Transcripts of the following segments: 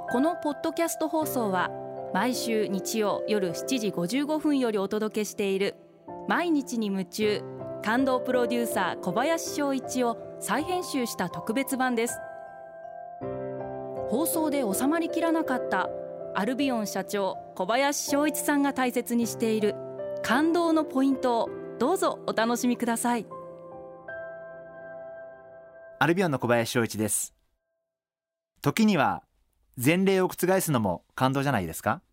このポッドキャスト放送は毎週日曜夜7時55分よりお届けしている毎日に夢中感動プロデューサー小林翔一を再編集した特別版です。放送で収まりきらなかったアルビオン社長小林翔一さんが大切にしている感動のポイントをどうぞお楽しみください。 アルビオンの小林翔一です。時には前例を覆すのも感動じゃないですか。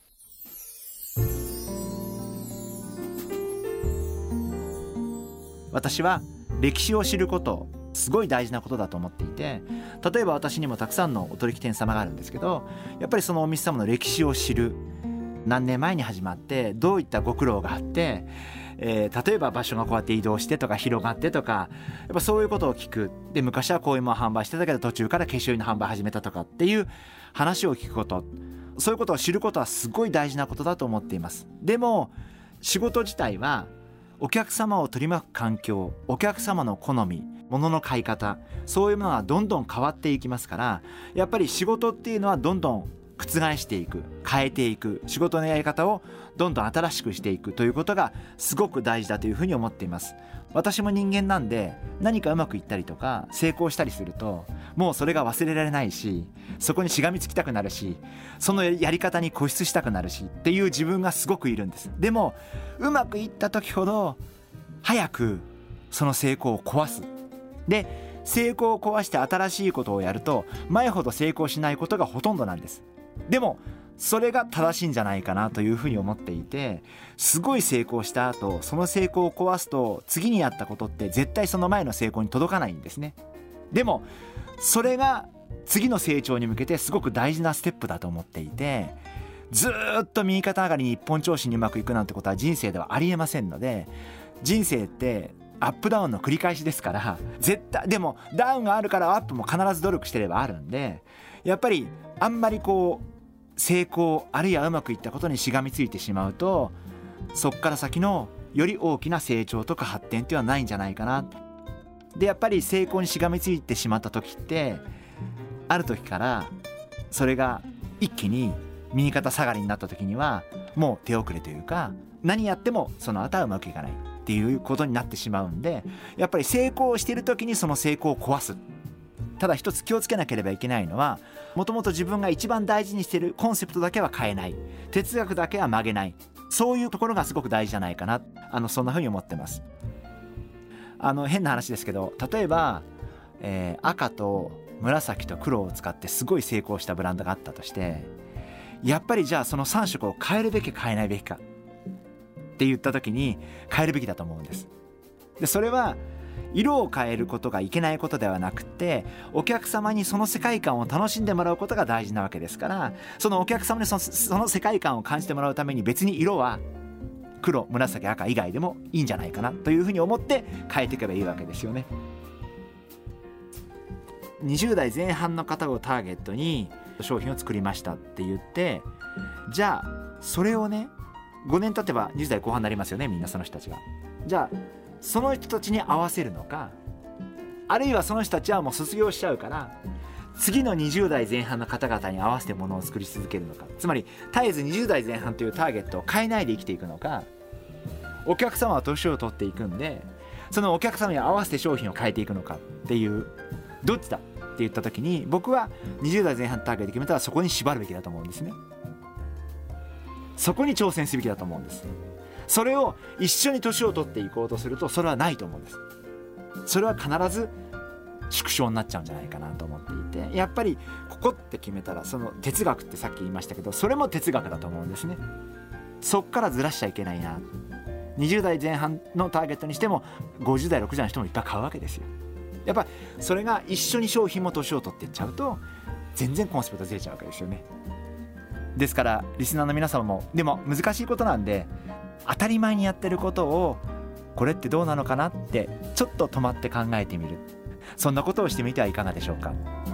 私は歴史を知ることすごい大事なことだと思っていて、例えば私にもたくさんのお取引店様があるんですけど、やっぱりそのお店様の歴史を知る、何年前に始まってどういったご苦労があって、例えば場所がこうやって移動してとか広がってとか、やっぱそういうことを聞く。で、昔はこういうものを販売してたけど途中から化粧品の販売始めたとかっていう話を聞くこと、そういうことを知ることはすごい大事なことだと思っています。でも仕事自体はお客様を取り巻く環境、お客様の好み、物の買い方、そういうものがどんどん変わっていきますから、やっぱり仕事っていうのはどんどん覆していく、変えていく、仕事のやり方をどんどん新しくしていくということがすごく大事だというふうに思っています。私も人間なんで、何かうまくいったりとか成功したりするともうそれが忘れられないし、そこにしがみつきたくなるし、そのやり方に固執したくなるしっていう自分がすごくいるんです。でもうまくいった時ほど早くその成功を壊す。で、成功を壊して新しいことをやると前ほど成功しないことがほとんどなんです。でもそれが正しいんじゃないかなというふうに思っていて、すごい成功した後その成功を壊すと次にやったことって絶対その前の成功に届かないんですね。でもそれが次の成長に向けてすごく大事なステップだと思っていて、ずっと右肩上がりに一本調子にうまくいくなんてことは人生ではありえませんので、人生ってアップダウンの繰り返しですから、絶対でもダウンがあるからアップも必ず努力してればあるんで、やっぱりあんまりこう成功あるいはうまくいったことにしがみついてしまうと、そっから先のより大きな成長とか発展っていうのはないんじゃないかな。で、やっぱり成功にしがみついてしまった時って、ある時からそれが一気に右肩下がりになった時にはもう手遅れというか、何やってもその後はうまくいかないっていうことになってしまうんで、やっぱり成功している時にその成功を壊す。ただ一つ気をつけなければいけないのは、もともと自分が一番大事にしているコンセプトだけは変えない、哲学だけは曲げない、そういうところがすごく大事じゃないかな、そんな風に思ってます。変な話ですけど、例えば、赤と紫と黒を使ってすごい成功したブランドがあったとして、やっぱりじゃあその3色を変えるべき変えないべきかって言った時に変えるべきだと思うんです。で、それは色を変えることがいけないことではなくて、お客様にその世界観を楽しんでもらうことが大事なわけですから、そのお客様にその世界観を感じてもらうために別に色は黒、紫、赤以外でもいいんじゃないかなというふうに思って変えていけばいいわけですよね。20代前半の方をターゲットに商品を作りましたって言って、じゃあそれをね、5年経てば20代後半になりますよね、みんなその人たちが。じゃあその人たちに合わせるのか、あるいはその人たちはもう卒業しちゃうから次の20代前半の方々に合わせてものを作り続けるのか、つまり絶えず20代前半というターゲットを変えないで生きていくのか、お客様は年を取っていくんでそのお客様に合わせて商品を変えていくのかっていう、どっちだって言った時に、僕は20代前半ターゲット決めたらそこに縛るべきだと思うんですね。そこに挑戦すべきだと思うんです。それを一緒に年を取っていこうとするとそれはないと思うんです。それは必ず縮小になっちゃうんじゃないかなと思っていて、やっぱりここって決めたら、その哲学ってさっき言いましたけど、それも哲学だと思うんですね。そっからずらしちゃいけないな。20代前半のターゲットにしても50代60代の人もいっぱい買うわけですよ。やっぱりそれが一緒に商品も年を取っていっちゃうと全然コンセプトずれちゃうわけですよね。ですからリスナーの皆様も、でも難しいことなんで、当たり前にやってることをこれってどうなのかなってちょっと止まって考えてみる、そんなことをしてみてはいかがでしょうか。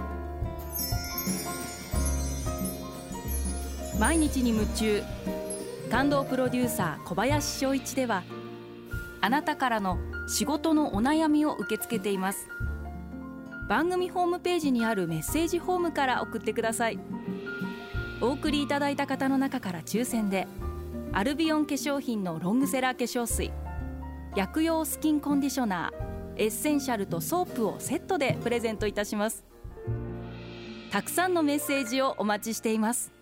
毎日に夢中感動プロデューサー小林翔一では、あなたからの仕事のお悩みを受け付けています。番組ホームページにあるメッセージフォームから送ってください。 お送りいただいた方の中から抽選でアルビオン化粧品のロングセラー化粧水、薬用スキンコンディショナー、エッセンシャルとソープをセットでプレゼントいたします。たくさんのメッセージをお待ちしています。